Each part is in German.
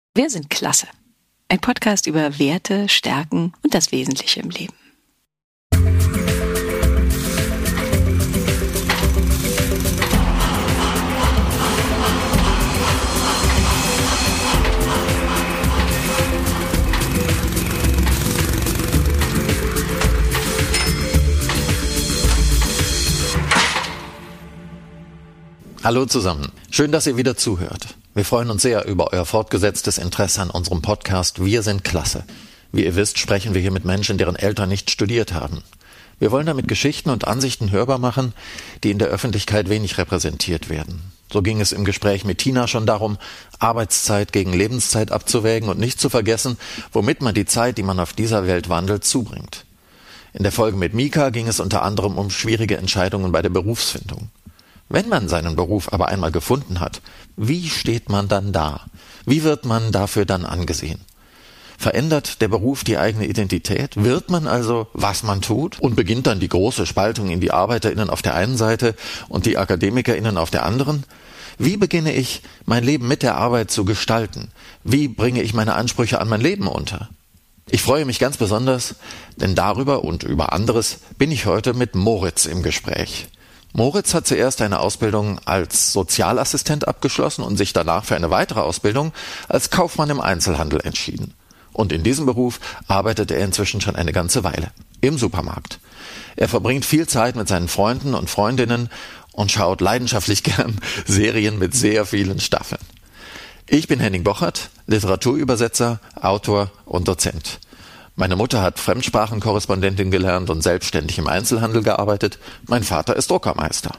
Wir sind klasse. Ein Podcast über Werte, Stärken und das Wesentliche im Leben. Hallo zusammen. Schön, dass ihr wieder zuhört. Wir freuen uns sehr über euer fortgesetztes Interesse an unserem Podcast Wir sind klasse. Wie ihr wisst, sprechen wir hier mit Menschen, deren Eltern nicht studiert haben. Wir wollen damit Geschichten und Ansichten hörbar machen, die in der Öffentlichkeit wenig repräsentiert werden. So ging es im Gespräch mit Tina schon darum, Arbeitszeit gegen Lebenszeit abzuwägen und nicht zu vergessen, womit man die Zeit, die man auf dieser Welt wandelt, zubringt. In der Folge mit Mika ging es unter anderem um schwierige Entscheidungen bei der Berufsfindung. Wenn man seinen Beruf aber einmal gefunden hat, wie steht man dann da? Wie wird man dafür dann angesehen? Verändert der Beruf die eigene Identität? Wird man also, was man tut? Und beginnt dann die große Spaltung in die ArbeiterInnen auf der einen Seite und die AkademikerInnen auf der anderen? Wie beginne ich, mein Leben mit der Arbeit zu gestalten? Wie bringe ich meine Ansprüche an mein Leben unter? Ich freue mich ganz besonders, denn darüber und über anderes bin ich heute mit Moritz im Gespräch. Moritz hat zuerst eine Ausbildung als Sozialassistent abgeschlossen und sich danach für eine weitere Ausbildung als Kaufmann im Einzelhandel entschieden. Und in diesem Beruf arbeitet er inzwischen schon eine ganze Weile. Im Supermarkt. Er verbringt viel Zeit mit seinen Freunden und Freundinnen und schaut leidenschaftlich gern Serien mit sehr vielen Staffeln. Ich bin Henning Bochert, Literaturübersetzer, Autor und Dozent. Meine Mutter hat Fremdsprachenkorrespondentin gelernt und selbstständig im Einzelhandel gearbeitet. Mein Vater ist Druckermeister.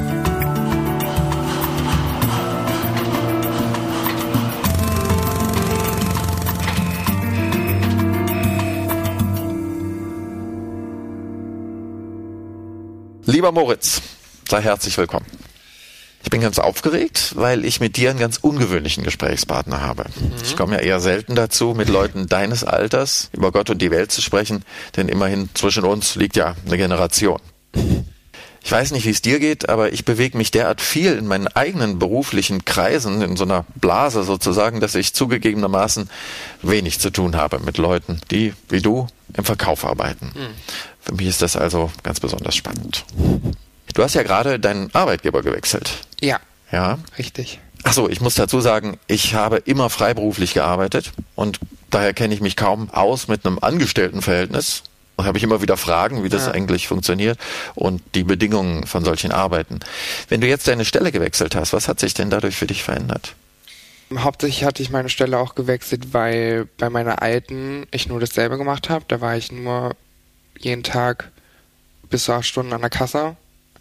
Lieber Moritz, sei herzlich willkommen. Ich bin ganz aufgeregt, weil ich mit dir einen ganz ungewöhnlichen Gesprächspartner habe. Ich komme ja eher selten dazu, mit Leuten deines Alters über Gott und die Welt zu sprechen, denn immerhin zwischen uns liegt ja eine Generation. Ich weiß nicht, wie es dir geht, aber ich bewege mich derart viel in meinen eigenen beruflichen Kreisen, in so einer Blase sozusagen, dass ich zugegebenermaßen wenig zu tun habe mit Leuten, die, wie du, im Verkauf arbeiten. Für mich ist das also ganz besonders spannend. Du hast ja gerade deinen Arbeitgeber gewechselt. Ja, richtig. Achso, ich muss dazu sagen, ich habe immer freiberuflich gearbeitet und daher kenne ich mich kaum aus mit einem Angestelltenverhältnis. Da habe ich immer wieder Fragen, wie das eigentlich funktioniert und die Bedingungen von solchen Arbeiten. Wenn du jetzt deine Stelle gewechselt hast, was hat sich denn dadurch für dich verändert? Hauptsächlich hatte ich meine Stelle auch gewechselt, weil bei meiner alten ich nur dasselbe gemacht habe. Da war ich nur jeden Tag bis zu 8 Stunden an der Kasse.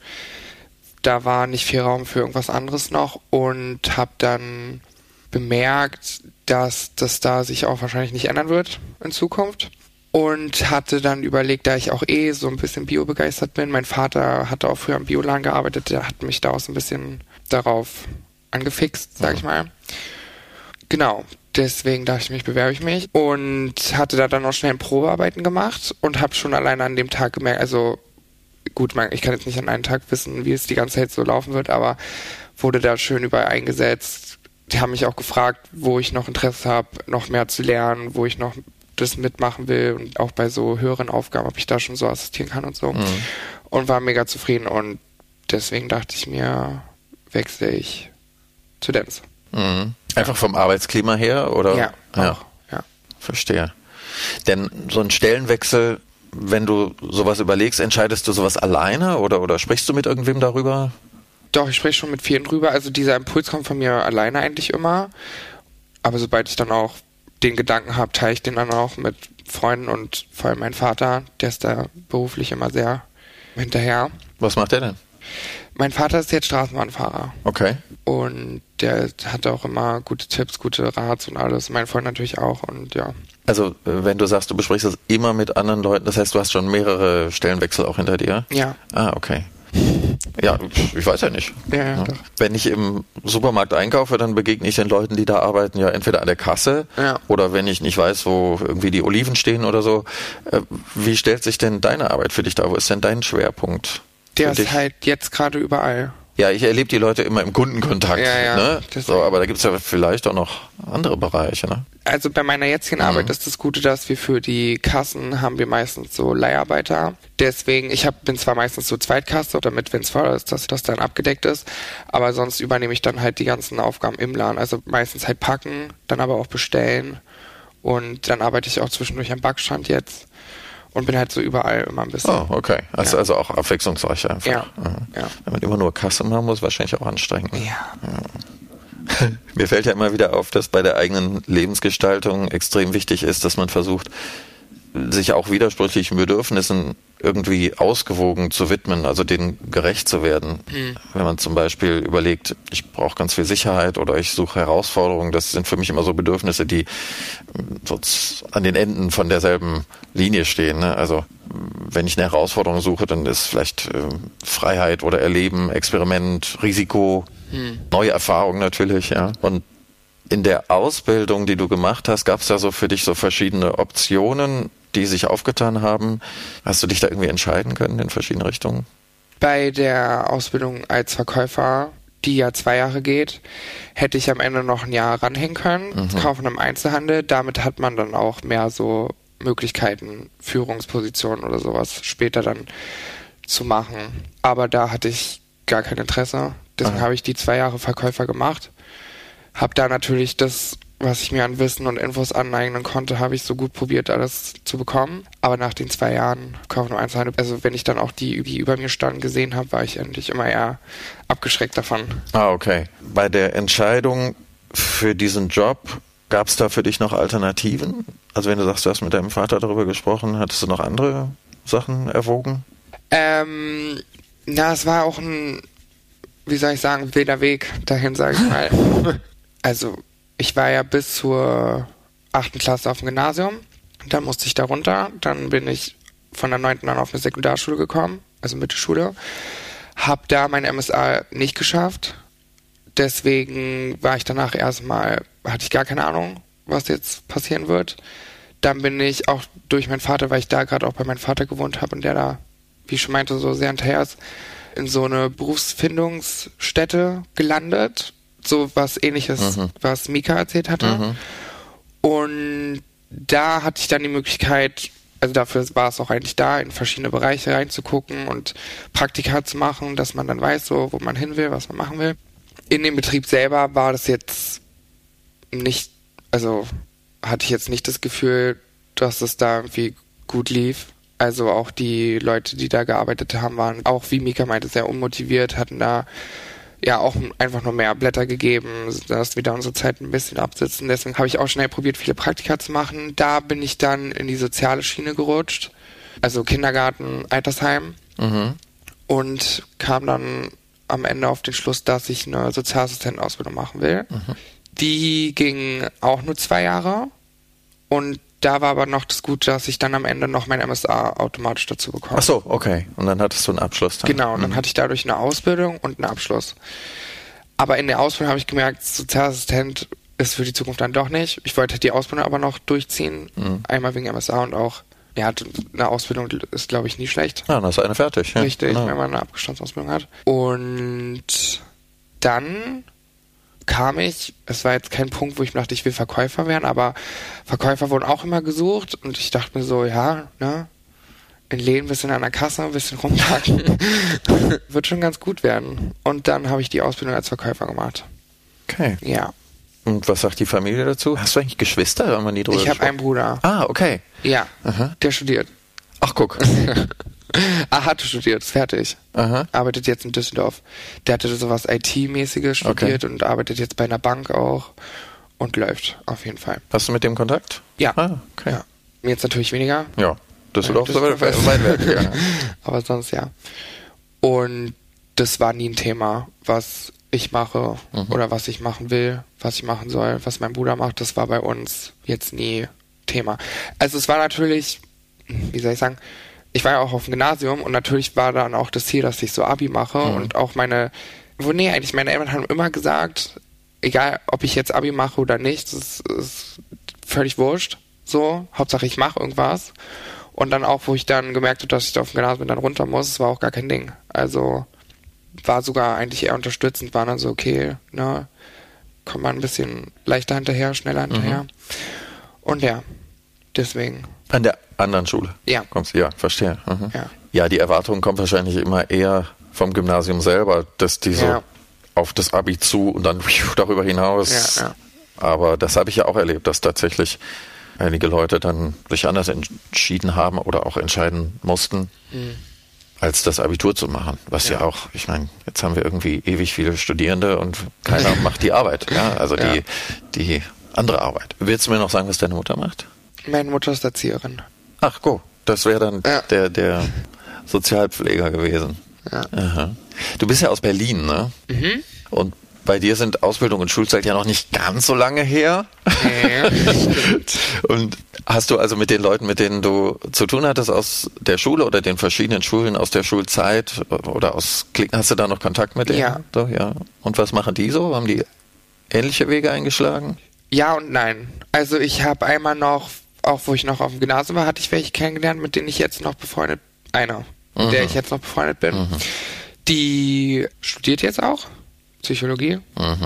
Da war nicht viel Raum für irgendwas anderes noch und habe dann bemerkt, dass das da sich auch wahrscheinlich nicht ändern wird in Zukunft. Und hatte dann überlegt, da ich auch so ein bisschen biobegeistert bin, mein Vater hatte auch früher im Bioladen gearbeitet, der hat mich da auch so ein bisschen darauf angefixt, sag ich mal. Genau, deswegen dachte ich bewerbe ich mich und hatte da dann auch schnell Probearbeiten gemacht und habe schon alleine an dem Tag gemerkt, also gut, ich kann jetzt nicht an einem Tag wissen, wie es die ganze Zeit so laufen wird, aber wurde da schön überall eingesetzt. Die haben mich auch gefragt, wo ich noch Interesse habe, noch mehr zu lernen, wo ich noch das mitmachen will und auch bei so höheren Aufgaben, ob ich da schon so assistieren kann und so. Und war mega zufrieden und deswegen dachte ich mir, wechsle ich zu Dance. Einfach vom Arbeitsklima her, oder? Ja, auch, ja. Verstehe. Denn so ein Stellenwechsel, wenn du sowas überlegst, entscheidest du sowas alleine oder sprichst du mit irgendwem darüber? Doch, ich spreche schon mit vielen drüber. Also dieser Impuls kommt von mir alleine eigentlich immer. Aber sobald ich dann auch den Gedanken habe, teile ich den dann auch mit Freunden und vor allem mein Vater, der ist da beruflich immer sehr hinterher. Was macht der denn? Mein Vater ist jetzt Straßenbahnfahrer. Okay. Und der hat auch immer gute Tipps, gute Rats und alles. Mein Freund natürlich auch und ja. Also wenn du sagst, du besprichst das immer mit anderen Leuten, das heißt, du hast schon mehrere Stellenwechsel auch hinter dir? Ja. Ah, okay. Ja, ich weiß ja nicht. Ja, doch. Wenn ich im Supermarkt einkaufe, dann begegne ich den Leuten, die da arbeiten, ja entweder an der Kasse oder wenn ich nicht weiß, wo irgendwie die Oliven stehen oder so. Wie stellt sich denn deine Arbeit für dich dar? Wo ist denn dein Schwerpunkt? Der ist halt jetzt gerade überall. Ja, ich erlebe die Leute immer im Kundenkontakt. Ja. Ne? So, aber da gibt es ja vielleicht auch noch andere Bereiche. Ne? Also bei meiner jetzigen Arbeit ist das Gute, dass wir für die Kassen haben wir meistens so Leiharbeiter. Deswegen, bin zwar meistens so Zweitkasse, damit, wenn es voll ist, dass das dann abgedeckt ist. Aber sonst übernehme ich dann halt die ganzen Aufgaben im Laden. Also meistens halt packen, dann aber auch bestellen. Und dann arbeite ich auch zwischendurch am Backstand jetzt. Und bin halt so überall immer ein bisschen. Oh, okay. Also auch abwechslungsreich einfach. Ja. Wenn man immer nur Kasse machen muss, wahrscheinlich auch anstrengend. Ja. Mir fällt ja immer wieder auf, dass bei der eigenen Lebensgestaltung extrem wichtig ist, dass man versucht, sich auch widersprüchlichen Bedürfnissen irgendwie ausgewogen zu widmen, also denen gerecht zu werden. Wenn man zum Beispiel überlegt, ich brauche ganz viel Sicherheit oder ich suche Herausforderungen, das sind für mich immer so Bedürfnisse, die so an den Enden von derselben Linie stehen. Ne? Also wenn ich eine Herausforderung suche, dann ist vielleicht Freiheit oder Erleben, Experiment, Risiko, neue Erfahrungen natürlich. Ja. Und in der Ausbildung, die du gemacht hast, gab es ja so für dich so verschiedene Optionen, die sich aufgetan haben. Hast du dich da irgendwie entscheiden können in verschiedene Richtungen? Bei der Ausbildung als Verkäufer, die ja 2 Jahre geht, hätte ich am Ende noch ein Jahr ranhängen können, kaufen im Einzelhandel. Damit hat man dann auch mehr so Möglichkeiten, Führungspositionen oder sowas später dann zu machen. Aber da hatte ich gar kein Interesse. Deswegen habe ich die 2 Jahre Verkäufer gemacht. Habe da natürlich das, was ich mir an Wissen und Infos aneignen konnte, habe ich so gut probiert, alles zu bekommen. Aber nach den 2 Jahren Kaufen im Einzelhandel, also wenn ich dann auch die über mir standen gesehen habe, war ich endlich immer eher abgeschreckt davon. Ah, okay. Bei der Entscheidung für diesen Job, gab es da für dich noch Alternativen? Also wenn du sagst, du hast mit deinem Vater darüber gesprochen, hattest du noch andere Sachen erwogen? Es war auch ein, wie soll ich sagen, wilder Weg dahin, sage ich mal. Also ich war ja bis zur 8. Klasse auf dem Gymnasium. Dann musste ich da runter. Dann bin ich von der 9. an auf eine Sekundarschule gekommen, also Mittelschule. Hab da mein MSA nicht geschafft. Deswegen war ich danach erstmal, hatte ich gar keine Ahnung, was jetzt passieren wird. Dann bin ich auch durch meinen Vater, weil ich da gerade auch bei meinem Vater gewohnt habe und der da, wie ich schon meinte, so sehr hinterher ist, in so eine Berufsfindungsstätte gelandet. So was Ähnliches, was Mika erzählt hatte. Und da hatte ich dann die Möglichkeit, also dafür war es auch eigentlich da, in verschiedene Bereiche reinzugucken und Praktika zu machen, dass man dann weiß, so wo man hin will, was man machen will. In dem Betrieb selber war das jetzt nicht, also hatte ich jetzt nicht das Gefühl, dass es da irgendwie gut lief. Also auch die Leute, die da gearbeitet haben, waren auch, wie Mika meinte, sehr unmotiviert, hatten da ja auch einfach nur mehr Blätter gegeben, dass wir da unsere Zeit ein bisschen absitzen. Deswegen habe ich auch schnell probiert, viele Praktika zu machen. Da bin ich dann in die soziale Schiene gerutscht, also Kindergarten, Altersheim, und kam dann am Ende auf den Schluss, dass ich eine Sozialassistentenausbildung machen will. Die ging auch nur 2 Jahre und da war aber noch das Gute, dass ich dann am Ende noch mein MSA automatisch dazu bekomme. Ach so, okay. Und dann hattest du einen Abschluss dann. Genau, und dann hatte ich dadurch eine Ausbildung und einen Abschluss. Aber in der Ausbildung habe ich gemerkt, Sozialassistent ist für die Zukunft dann doch nicht. Ich wollte die Ausbildung aber noch durchziehen. Einmal wegen MSA und auch, ja, eine Ausbildung ist, glaube ich, nie schlecht. Ja, dann ist eine fertig. Ja. Richtig, wenn man eine Abstandsausbildung hat. Und dann kam ich, es war jetzt kein Punkt, wo ich mir dachte, ich will Verkäufer werden, aber Verkäufer wurden auch immer gesucht und ich dachte mir so, ja, ne, in Läden ein bisschen an der Kasse, ein bisschen rumpacken, wird schon ganz gut werden. Und dann habe ich die Ausbildung als Verkäufer gemacht. Okay. Ja. Und was sagt die Familie dazu? Hast du eigentlich Geschwister? Haben wir nie drüber Ich habe einen Bruder. Ah, okay. Ja, der studiert. Ach, guck. Hatte studiert, ist fertig. Arbeitet jetzt in Düsseldorf. Der hatte sowas IT-mäßiges studiert und arbeitet jetzt bei einer Bank auch und läuft auf jeden Fall. Hast du mit dem Kontakt? Ja. Ah, okay. Ja. Jetzt natürlich weniger. Ja, Düsseldorf ist aber weit weg. Ja. Aber sonst ja. Und das war nie ein Thema, was ich mache oder was ich machen will, was ich machen soll, was mein Bruder macht. Das war bei uns jetzt nie Thema. Also es war natürlich, wie soll ich sagen, ich war ja auch auf dem Gymnasium und natürlich war dann auch das Ziel, dass ich so Abi mache und auch meine Eltern haben immer gesagt, egal ob ich jetzt Abi mache oder nicht, das ist völlig wurscht, so, Hauptsache ich mache irgendwas. Und dann auch, wo ich dann gemerkt habe, dass ich da auf dem Gymnasium dann runter muss, das war auch gar kein Ding. Also war sogar eigentlich eher unterstützend, war dann so, okay, ne, kommt man ein bisschen leichter hinterher, schneller hinterher. Und ja, deswegen. An der anderen Schule? Ja. Kommst du? Ja, verstehe. Mhm. Ja. Ja, die Erwartung kommt wahrscheinlich immer eher vom Gymnasium selber, dass die so auf das Abi zu und dann darüber hinaus. Ja. Aber das habe ich ja auch erlebt, dass tatsächlich einige Leute dann sich anders entschieden haben oder auch entscheiden mussten, als das Abitur zu machen. Was ja auch, ich meine, jetzt haben wir irgendwie ewig viele Studierende und keiner macht die Arbeit. Ja, also die andere Arbeit. Willst du mir noch sagen, was deine Mutter macht? Meine Mutter ist Erzieherin. Ach, go. Das wäre dann der Sozialpfleger gewesen. Ja. Aha. Du bist ja aus Berlin, ne? Mhm. Und bei dir sind Ausbildung und Schulzeit ja noch nicht ganz so lange her. Ja. Und hast du also mit den Leuten, mit denen du zu tun hattest aus der Schule oder den verschiedenen Schulen aus der Schulzeit oder hast du da noch Kontakt mit denen? Ja. So, ja. Und was machen die so? Haben die ähnliche Wege eingeschlagen? Ja und nein. Also ich habe einmal noch, auch wo ich noch auf dem Gymnasium war, hatte ich welche kennengelernt, mit denen ich jetzt noch befreundet, mit der ich jetzt noch befreundet bin. Die studiert jetzt auch Psychologie.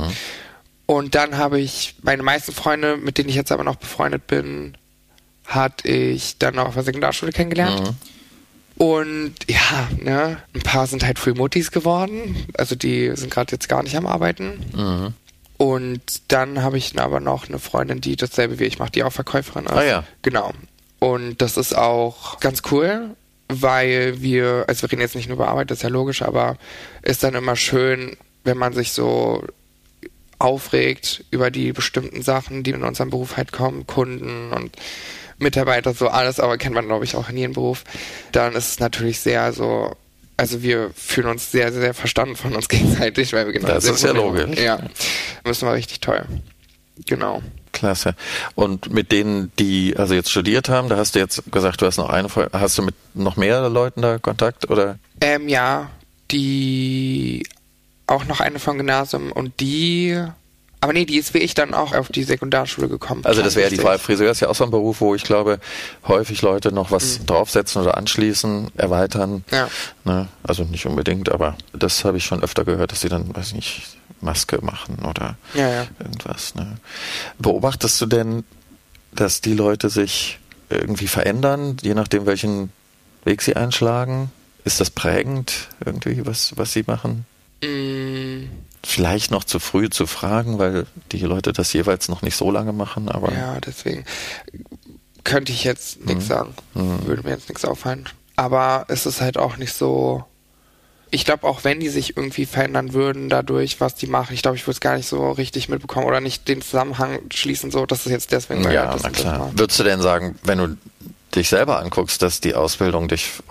Und dann habe ich meine meisten Freunde, mit denen ich jetzt aber noch befreundet bin, hatte ich dann noch auf der Sekundarschule kennengelernt. Und ja, ne, ein paar sind halt Frühmuttis geworden. Also die sind gerade jetzt gar nicht am Arbeiten. Und dann habe ich aber noch eine Freundin, die dasselbe wie ich macht, die auch Verkäuferin ist. Ah ja. Genau. Und das ist auch ganz cool, weil wir reden jetzt nicht nur über Arbeit, das ist ja logisch, aber ist dann immer schön, wenn man sich so aufregt über die bestimmten Sachen, die in unserem Beruf halt kommen, Kunden und Mitarbeiter, so alles, aber kennt man, glaube ich, auch in jedem Beruf, dann ist es natürlich sehr so, also wir fühlen uns sehr, sehr verstanden von uns gegenseitig, weil wir genau das ist ja logisch. Ja, das war richtig toll. Genau. Klasse. Und mit denen, die also jetzt studiert haben, da hast du jetzt gesagt, du hast noch hast du mit noch mehr Leuten da Kontakt, oder? Ja, die auch noch eine vom Gymnasium und die ist wie ich dann auch auf die Sekundarschule gekommen. Also das wäre die Frage, Friseur ist ja auch so ein Beruf, wo ich glaube, häufig Leute noch was draufsetzen oder anschließen, erweitern. Ja. Ne? Also nicht unbedingt, aber das habe ich schon öfter gehört, dass sie dann, weiß nicht, Maske machen oder irgendwas. Ne? Beobachtest du denn, dass die Leute sich irgendwie verändern, je nachdem, welchen Weg sie einschlagen? Ist das prägend irgendwie, was sie machen? Vielleicht noch zu früh zu fragen, weil die Leute das jeweils noch nicht so lange machen, aber... Ja, deswegen könnte ich jetzt nichts sagen. Würde mir jetzt nichts auffallen. Aber es ist halt auch nicht so... Ich glaube, auch wenn die sich irgendwie verändern würden dadurch, was die machen, ich glaube, ich würde es gar nicht so richtig mitbekommen oder nicht den Zusammenhang schließen, so, dass es jetzt deswegen... Ja, na klar. Würdest du denn sagen, wenn du dich selber anguckst, dass die Ausbildungen,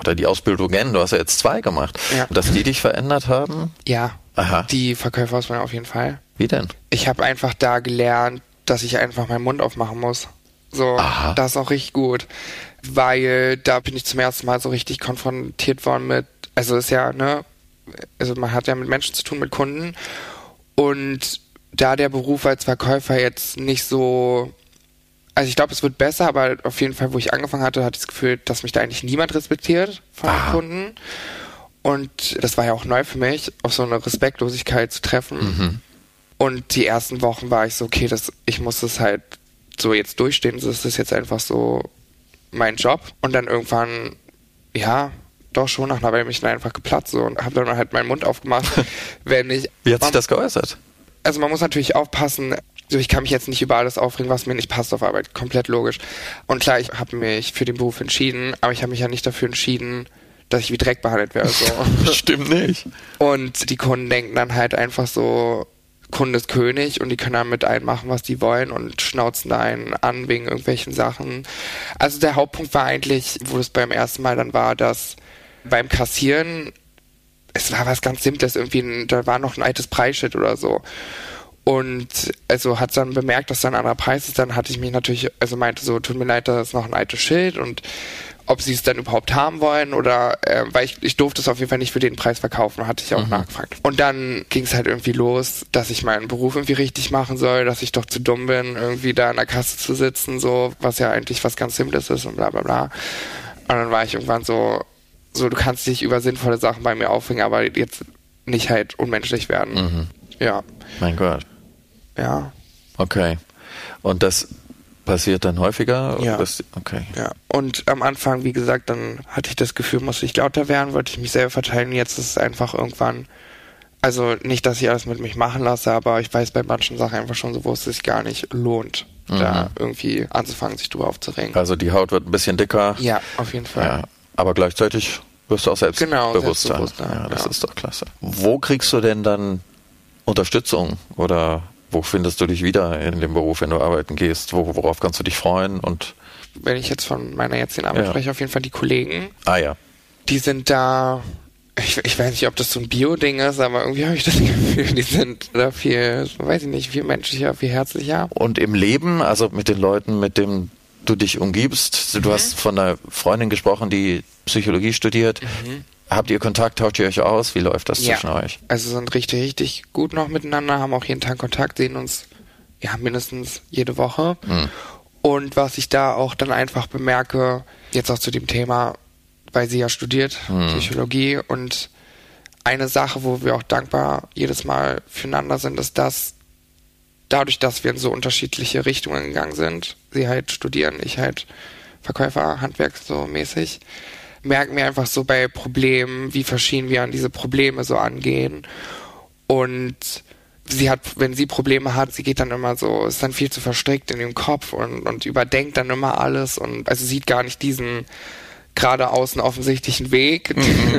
du hast ja jetzt 2 gemacht, dass die dich verändert haben? Ja. Aha. Die Verkäuferausbildung auf jeden Fall. Wie denn? Ich habe einfach da gelernt, dass ich einfach meinen Mund aufmachen muss. So, das ist auch richtig gut. Weil da bin ich zum ersten Mal so richtig konfrontiert worden mit, also ist ja, ne, also man hat ja mit Menschen zu tun, mit Kunden. Und da der Beruf als Verkäufer jetzt nicht so, also ich glaube, es wird besser, aber auf jeden Fall, wo ich angefangen hatte ich das Gefühl, dass mich da eigentlich niemand respektiert von den Kunden. Und das war ja auch neu für mich, auf so eine Respektlosigkeit zu treffen. Und die ersten Wochen war ich so, okay, ich muss das halt so jetzt durchstehen, das ist jetzt einfach so mein Job. Und dann irgendwann, ja, doch schon nach einer Weile bin ich dann einfach geplatzt so, und habe dann halt meinen Mund aufgemacht, wenn ich... Wie hat sich das geäußert? Also man muss natürlich aufpassen, so ich kann mich jetzt nicht über alles aufregen, was mir nicht passt auf Arbeit, komplett logisch. Und klar, ich habe mich für den Beruf entschieden, aber ich habe mich ja nicht dafür entschieden, dass ich wie Dreck behandelt werde. So. Stimmt nicht. Und die Kunden denken dann halt einfach so, Kunde ist König und die können dann mit einem machen, was die wollen und schnauzen da einen an wegen irgendwelchen Sachen. Also der Hauptpunkt war eigentlich, wo es beim ersten Mal dann war, dass beim Kassieren, es war was ganz Simples, irgendwie, da war noch ein altes Preisschild oder so. Und also hat dann bemerkt, dass da ein anderer Preis ist, dann hatte ich mich natürlich, also meinte so, tut mir leid, da ist noch ein altes Schild und ob sie es dann überhaupt haben wollen oder, weil ich durfte es auf jeden Fall nicht für den Preis verkaufen, hatte ich auch nachgefragt. Und dann ging es halt irgendwie los, dass ich meinen Beruf irgendwie richtig machen soll, dass ich doch zu dumm bin, irgendwie da an der Kasse zu sitzen, so, was ja eigentlich was ganz Simples ist und bla bla bla. Und dann war ich irgendwann so, du kannst dich über sinnvolle Sachen bei mir aufregen, aber jetzt nicht halt unmenschlich werden. Mhm. Ja. Mein Gott. Ja. Okay. Und das passiert dann häufiger? Ja. Okay. Ja. Und am Anfang, wie gesagt, dann hatte ich das Gefühl, musste ich lauter werden, wollte ich mich selber verteidigen. Jetzt ist es einfach irgendwann, also nicht, dass ich alles mit mich machen lasse, aber ich weiß bei manchen Sachen einfach schon so, wo es sich gar nicht lohnt, da irgendwie anzufangen, sich drüber aufzuregen. Also die Haut wird ein bisschen dicker. Ja, auf jeden Fall. Ja, aber gleichzeitig wirst du auch selbstbewusster. Selbstbewusster. Ja, das ist doch klasse. Wo kriegst du denn dann Unterstützung oder wo findest du dich wieder in dem Beruf, wenn du arbeiten gehst? Worauf kannst du dich freuen? Und wenn ich jetzt von meiner jetzigen Arbeit spreche, auf jeden Fall die Kollegen. Ah ja. Die sind da, ich weiß nicht, ob das so ein Bio-Ding ist, aber irgendwie habe ich das Gefühl, die sind da viel, weiß ich nicht, viel menschlicher, viel herzlicher. Und im Leben, also mit den Leuten, mit denen du dich umgibst, du hast von einer Freundin gesprochen, die Psychologie studiert. Habt ihr Kontakt, tauscht ihr euch aus? Wie läuft das zwischen euch? Also sind richtig gut noch miteinander, haben auch jeden Tag Kontakt, sehen uns mindestens jede Woche. Und was ich da auch dann einfach bemerke, jetzt auch zu dem Thema, weil sie ja studiert, Psychologie, und eine Sache, wo wir auch dankbar jedes Mal füreinander sind, ist, dass dadurch, dass wir in so unterschiedliche Richtungen gegangen sind, sie halt studieren, ich halt Verkäufer, Handwerk so mäßig, merken wir einfach so bei Problemen, wie verschieden wir an diese Probleme so angehen. Und sie hat, wenn sie Probleme hat, sie geht dann immer so, ist dann viel zu verstrickt in ihrem Kopf und überdenkt dann immer alles und also sieht gar nicht diesen gerade außen offensichtlichen Weg,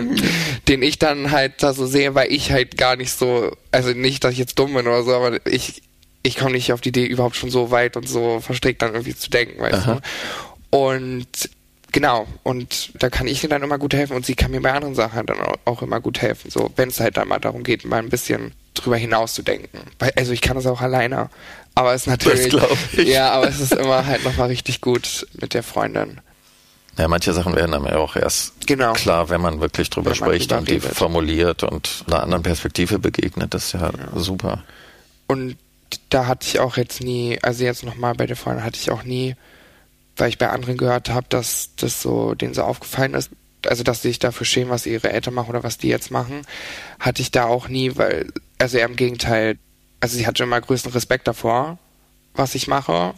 den ich dann halt da so sehe, weil ich halt gar nicht so, also nicht, dass ich jetzt dumm bin oder so, aber ich komme nicht auf die Idee, überhaupt schon so weit und so verstrickt dann irgendwie zu denken, weißt du. Und genau, und da kann ich ihr dann immer gut helfen und sie kann mir bei anderen Sachen dann auch immer gut helfen, so, wenn es halt dann mal darum geht, mal ein bisschen drüber hinaus zu denken. Also ich kann das auch alleine, aber es ist natürlich, das glaub ich. Ja, aber es ist immer halt nochmal richtig gut mit der Freundin. Ja, manche Sachen werden einem ja auch erst klar, wenn man wirklich drüber spricht und die formuliert und einer anderen Perspektive begegnet, das ist ja super. Und da hatte ich auch jetzt nie, also jetzt nochmal bei der Freundin hatte ich auch nie, weil ich bei anderen gehört habe, dass das so denen so aufgefallen ist, also dass sie sich dafür schämen, was ihre Eltern machen oder was die jetzt machen, hatte ich da auch nie, weil, also eher im Gegenteil, also sie hatte immer größten Respekt davor, was ich mache,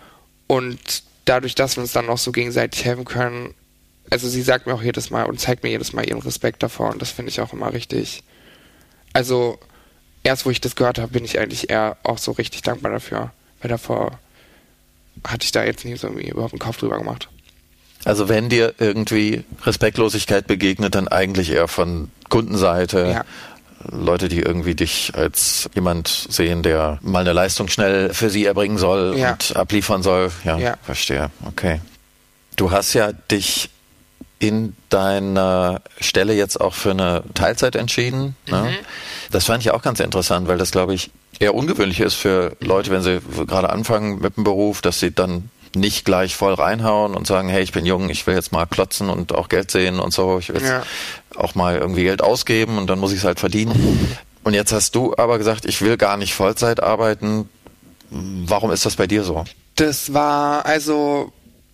und dadurch, dass wir uns dann auch so gegenseitig helfen können, also sie sagt mir auch jedes Mal und zeigt mir jedes Mal ihren Respekt davor und das finde ich auch immer richtig, also erst wo ich das gehört habe, bin ich eigentlich eher auch so richtig dankbar dafür, weil davor hatte ich da jetzt nie so irgendwie überhaupt einen Kopf drüber gemacht. Also wenn dir irgendwie Respektlosigkeit begegnet, dann eigentlich eher von Kundenseite, Leute, die irgendwie dich als jemand sehen, der mal eine Leistung schnell für sie erbringen soll und abliefern soll. Ja, verstehe. Okay. Du hast ja dich in deiner Stelle jetzt auch für eine Teilzeit entschieden. Ne? Das fand ich auch ganz interessant, weil das, glaube ich, eher ungewöhnlich ist für Leute, wenn sie gerade anfangen mit dem Beruf, dass sie dann nicht gleich voll reinhauen und sagen, hey, ich bin jung, ich will jetzt mal klotzen und auch Geld sehen und so. Ich will jetzt auch mal irgendwie Geld ausgeben und dann muss ich es halt verdienen. Und jetzt hast du aber gesagt, ich will gar nicht Vollzeit arbeiten. Warum ist das bei dir so? Das war also,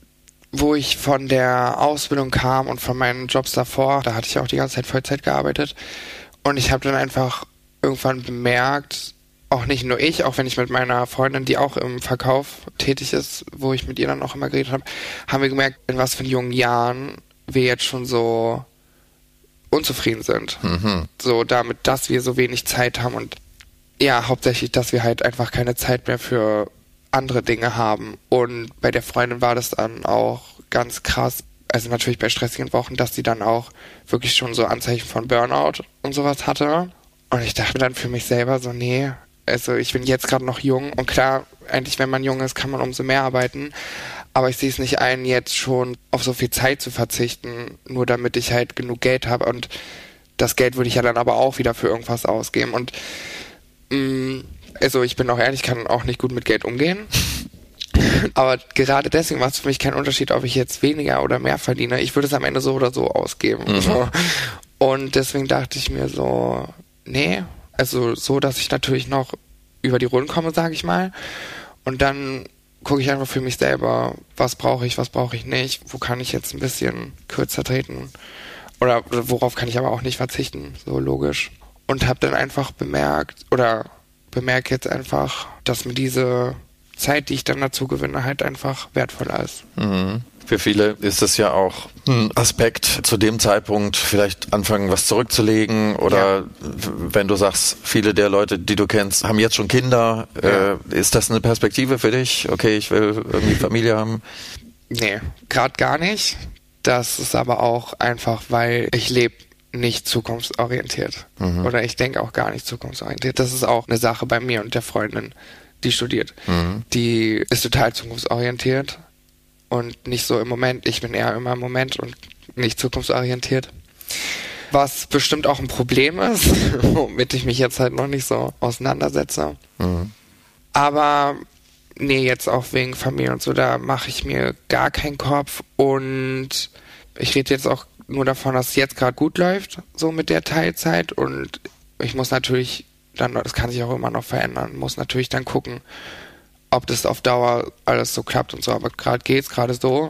wo ich von der Ausbildung kam und von meinen Jobs davor, da hatte ich auch die ganze Zeit Vollzeit gearbeitet. Und ich habe dann einfach irgendwann bemerkt, auch nicht nur ich, auch wenn ich mit meiner Freundin, die auch im Verkauf tätig ist, wo ich mit ihr dann auch immer geredet habe, haben wir gemerkt, in was für jungen Jahren wir jetzt schon so unzufrieden sind. So damit, dass wir so wenig Zeit haben und ja, hauptsächlich, dass wir halt einfach keine Zeit mehr für andere Dinge haben. Und bei der Freundin war das dann auch ganz krass, also natürlich bei stressigen Wochen, dass sie dann auch wirklich schon so Anzeichen von Burnout und sowas hatte. Und ich dachte dann für mich selber so, nee, also ich bin jetzt gerade noch jung und klar, eigentlich wenn man jung ist, kann man umso mehr arbeiten, aber ich sehe es nicht ein, jetzt schon auf so viel Zeit zu verzichten, nur damit ich halt genug Geld habe und das Geld würde ich ja dann aber auch wieder für irgendwas ausgeben und also ich bin auch ehrlich, kann auch nicht gut mit Geld umgehen, aber gerade deswegen macht es für mich keinen Unterschied, ob ich jetzt weniger oder mehr verdiene, ich würde es am Ende so oder so ausgeben. So. Und deswegen dachte ich mir so, nee, also so, dass ich natürlich noch über die Runden komme, sage ich mal. Und dann gucke ich einfach für mich selber, was brauche ich nicht, wo kann ich jetzt ein bisschen kürzer treten oder worauf kann ich aber auch nicht verzichten, so logisch. und habe dann einfach bemerke jetzt einfach, dass mir diese Zeit, die ich dann dazu gewinne, halt einfach wertvoller ist. Mhm. Für viele ist es ja auch ein Aspekt, zu dem Zeitpunkt vielleicht anfangen, was zurückzulegen oder wenn du sagst, viele der Leute, die du kennst, haben jetzt schon Kinder. Ist das eine Perspektive für dich? Okay, ich will irgendwie Familie haben. Nee, gerade gar nicht. Das ist aber auch einfach, weil ich lebe nicht zukunftsorientiert. Oder ich denke auch gar nicht zukunftsorientiert. Das ist auch eine Sache bei mir und der Freundin, die studiert. Die ist total zukunftsorientiert und nicht so im Moment. Ich bin eher immer im Moment und nicht zukunftsorientiert. Was bestimmt auch ein Problem ist, womit ich mich jetzt halt noch nicht so auseinandersetze. Aber nee, jetzt auch wegen Familie und so, da mache ich mir gar keinen Kopf und ich rede jetzt auch nur davon, dass es jetzt gerade gut läuft, so mit der Teilzeit und ich muss natürlich dann, das kann sich auch immer noch verändern, muss natürlich dann gucken, ob das auf Dauer alles so klappt und so, aber gerade geht's gerade so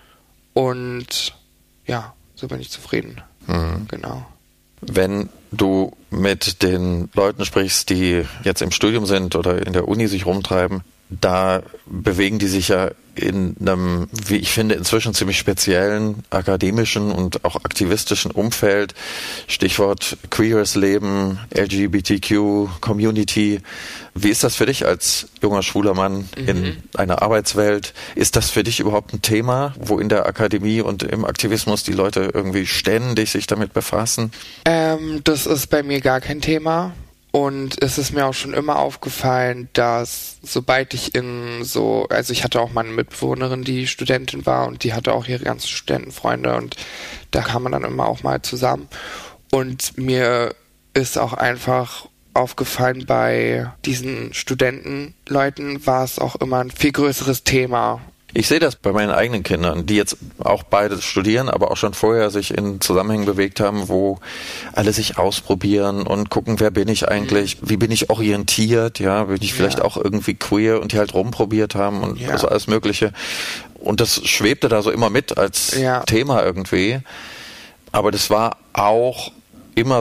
und ja, so bin ich zufrieden. Genau. Wenn du mit den Leuten sprichst, die jetzt im Studium sind oder in der Uni sich rumtreiben, da bewegen die sich ja in einem, wie ich finde, inzwischen ziemlich speziellen akademischen und auch aktivistischen Umfeld. Stichwort queeres Leben, LGBTQ, Community. Wie ist das für dich als junger schwuler Mann in einer Arbeitswelt? Ist das für dich überhaupt ein Thema, wo in der Akademie und im Aktivismus die Leute irgendwie ständig sich damit befassen? Das ist bei mir gar kein Thema. Und es ist mir auch schon immer aufgefallen, dass sobald ich also ich hatte auch mal eine Mitbewohnerin, die Studentin war und die hatte auch ihre ganzen Studentenfreunde und da kam man dann immer auch mal zusammen. Und mir ist auch einfach aufgefallen, bei diesen Studentenleuten war es auch immer ein viel größeres Thema. Ich sehe das bei meinen eigenen Kindern, die jetzt auch beide studieren, aber auch schon vorher sich in Zusammenhängen bewegt haben, wo alle sich ausprobieren und gucken, wer bin ich eigentlich, wie bin ich orientiert, ja, bin ich vielleicht auch irgendwie queer und die halt rumprobiert haben und also alles Mögliche. Und das schwebte da so immer mit als Thema irgendwie. Aber das war auch immer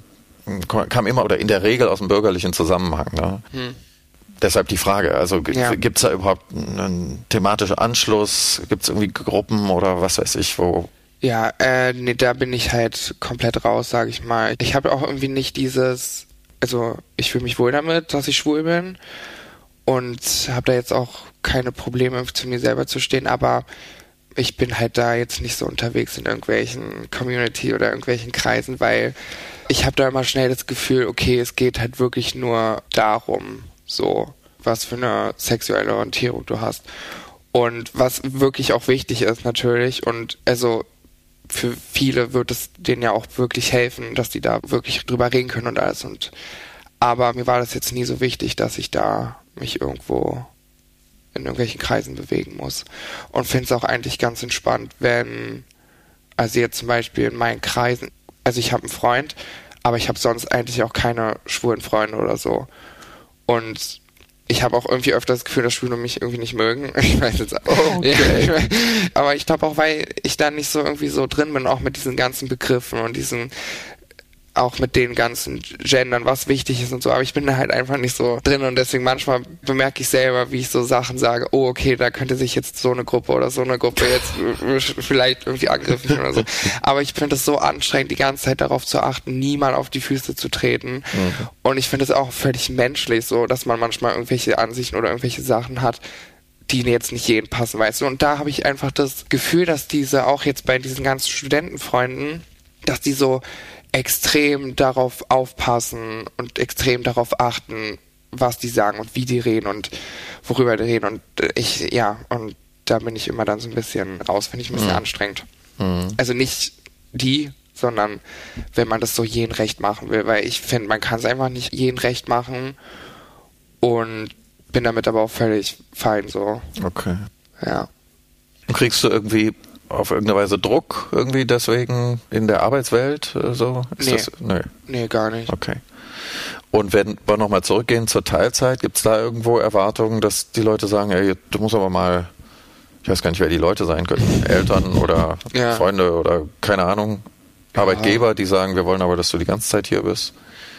kam immer oder in der Regel aus dem bürgerlichen Zusammenhang, ne? Deshalb die Frage, also gibt es da überhaupt einen thematischen Anschluss? Gibt es irgendwie Gruppen oder was weiß ich, wo? Ja, nee, da bin ich halt komplett raus, sage ich mal. Ich habe auch irgendwie nicht also ich fühle mich wohl damit, dass ich schwul bin und habe da jetzt auch keine Probleme, zu mir selber zu stehen, aber ich bin halt da jetzt nicht so unterwegs in irgendwelchen Community oder irgendwelchen Kreisen, weil ich habe da immer schnell das Gefühl, okay, es geht halt wirklich nur darum, so, was für eine sexuelle Orientierung du hast. Und was wirklich auch wichtig ist natürlich, und also für viele wird es denen ja auch wirklich helfen, dass die da wirklich drüber reden können und alles. Aber mir war das jetzt nie so wichtig, dass ich da mich irgendwo in irgendwelchen Kreisen bewegen muss. Und finde es auch eigentlich ganz entspannt, also jetzt zum Beispiel in meinen Kreisen, also ich habe einen Freund, aber ich habe sonst eigentlich auch keine schwulen Freunde oder so. Und ich habe auch irgendwie öfter das Gefühl, dass Schwule mich irgendwie nicht mögen. Ich weiß jetzt auch. Okay. Ja, aber ich glaube auch, weil ich da nicht so irgendwie so drin bin, auch mit diesen ganzen Begriffen und auch mit den ganzen Gendern, was wichtig ist und so, aber ich bin da halt einfach nicht so drin und deswegen manchmal bemerke ich selber, wie ich so Sachen sage, oh okay, da könnte sich jetzt so eine Gruppe oder so eine Gruppe jetzt vielleicht irgendwie angriffen oder so. Aber ich finde es so anstrengend, die ganze Zeit darauf zu achten, niemand auf die Füße zu treten. Und ich finde es auch völlig menschlich so, dass man manchmal irgendwelche Ansichten oder irgendwelche Sachen hat, die jetzt nicht jedem passen, weißt du. Und da habe ich einfach das Gefühl, dass diese auch jetzt bei diesen ganzen Studentenfreunden, dass die so extrem darauf aufpassen und extrem darauf achten, was die sagen und wie die reden und worüber die reden. Und und da bin ich immer dann so ein bisschen raus, finde ich ein bisschen anstrengend. Also nicht die, sondern wenn man das so jeden recht machen will, weil ich finde, man kann es einfach nicht jeden recht machen und bin damit aber auch völlig fein so. Okay. Ja. Und kriegst du irgendwie auf irgendeine Weise Druck irgendwie deswegen in der Arbeitswelt so? Nee, gar nicht. Okay. Und wenn wir nochmal zurückgehen zur Teilzeit, gibt es da irgendwo Erwartungen, dass die Leute sagen, ey, du musst aber mal, ich weiß gar nicht, wer die Leute sein können, Eltern oder Freunde oder keine Ahnung, Arbeitgeber, die sagen, wir wollen aber, dass du die ganze Zeit hier bist?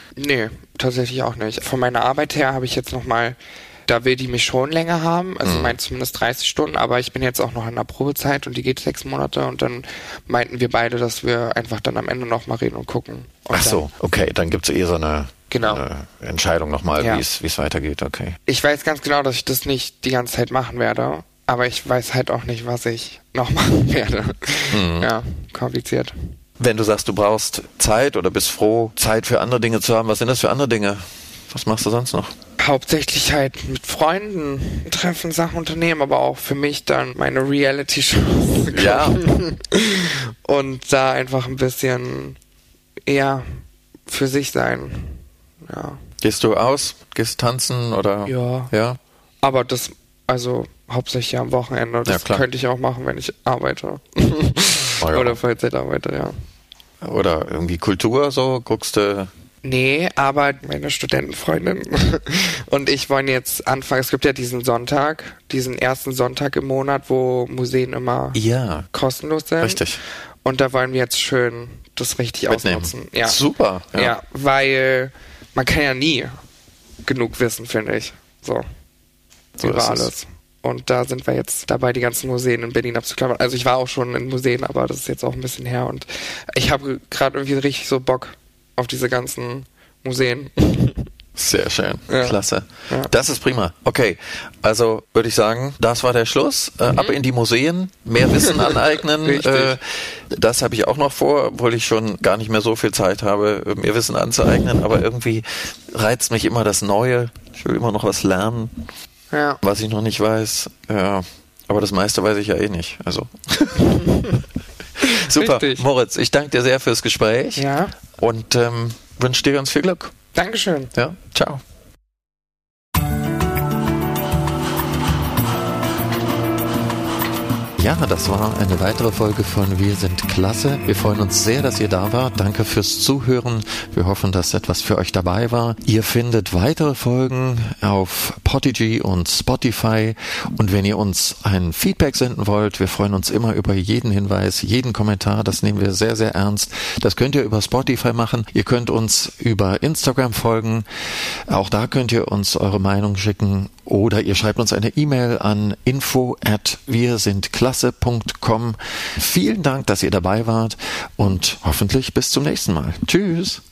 Nee, tatsächlich auch nicht. Von meiner Arbeit her habe ich jetzt nochmal, da will die mich schon länger haben, also meint zumindest 30 Stunden, aber ich bin jetzt auch noch in der Probezeit und die geht 6 Monate und dann meinten wir beide, dass wir einfach dann am Ende nochmal reden und gucken. Und Ach so, okay, dann gibt es so eine Entscheidung nochmal, wie es weitergeht, okay. Ich weiß ganz genau, dass ich das nicht die ganze Zeit machen werde, aber ich weiß halt auch nicht, was ich noch machen werde. Ja, kompliziert. Wenn du sagst, du brauchst Zeit oder bist froh, Zeit für andere Dinge zu haben, was sind das für andere Dinge? Was machst du sonst noch? Hauptsächlich mit Freunden treffen, Sachen unternehmen, aber auch für mich dann meine Reality-Shows gucken. Ja. Und da einfach ein bisschen eher für sich sein. Ja. Gehst du aus? Gehst tanzen oder? Ja. Aber das, also hauptsächlich am Wochenende. Das könnte ich auch machen, wenn ich arbeite. Oder Vollzeit arbeite, ja. Oder irgendwie Kultur so? Guckst du? Nee, aber meine Studentenfreundin und ich wollen jetzt anfangen. Es gibt ja diesen ersten Sonntag im Monat, wo Museen immer kostenlos sind. Richtig. Und da wollen wir jetzt schön das richtig ausnutzen. Ja. Super. Ja, weil man kann ja nie genug wissen, finde ich. So über alles. Und da sind wir jetzt dabei, die ganzen Museen in Berlin abzuklappern. Also ich war auch schon in Museen, aber das ist jetzt auch ein bisschen her. Und ich habe gerade irgendwie richtig so Bock auf diese ganzen Museen. Sehr schön. Ja. Klasse. Ja. Das ist prima. Okay, also würde ich sagen, das war der Schluss. Ab in die Museen, mehr Wissen aneignen. Das habe ich auch noch vor, obwohl ich schon gar nicht mehr so viel Zeit habe, mir Wissen anzueignen. Aber irgendwie reizt mich immer das Neue. Ich will immer noch was lernen, was ich noch nicht weiß. Ja, aber das meiste weiß ich ja eh nicht. Also super. Richtig. Moritz, ich danke dir sehr fürs Gespräch. Ja. Und wünsche dir ganz viel Glück. Dankeschön. Ja, ciao. Ja, das war eine weitere Folge von Wir sind Klasse. Wir freuen uns sehr, dass ihr da wart. Danke fürs Zuhören. Wir hoffen, dass etwas für euch dabei war. Ihr findet weitere Folgen auf Podigy und Spotify. Und wenn ihr uns ein Feedback senden wollt, wir freuen uns immer über jeden Hinweis, jeden Kommentar. Das nehmen wir sehr, sehr ernst. Das könnt ihr über Spotify machen. Ihr könnt uns über Instagram folgen. Auch da könnt ihr uns eure Meinung schicken. Oder ihr schreibt uns eine E-Mail an info@wirsindklasse.com. Vielen Dank, dass ihr dabei wart und hoffentlich bis zum nächsten Mal. Tschüss!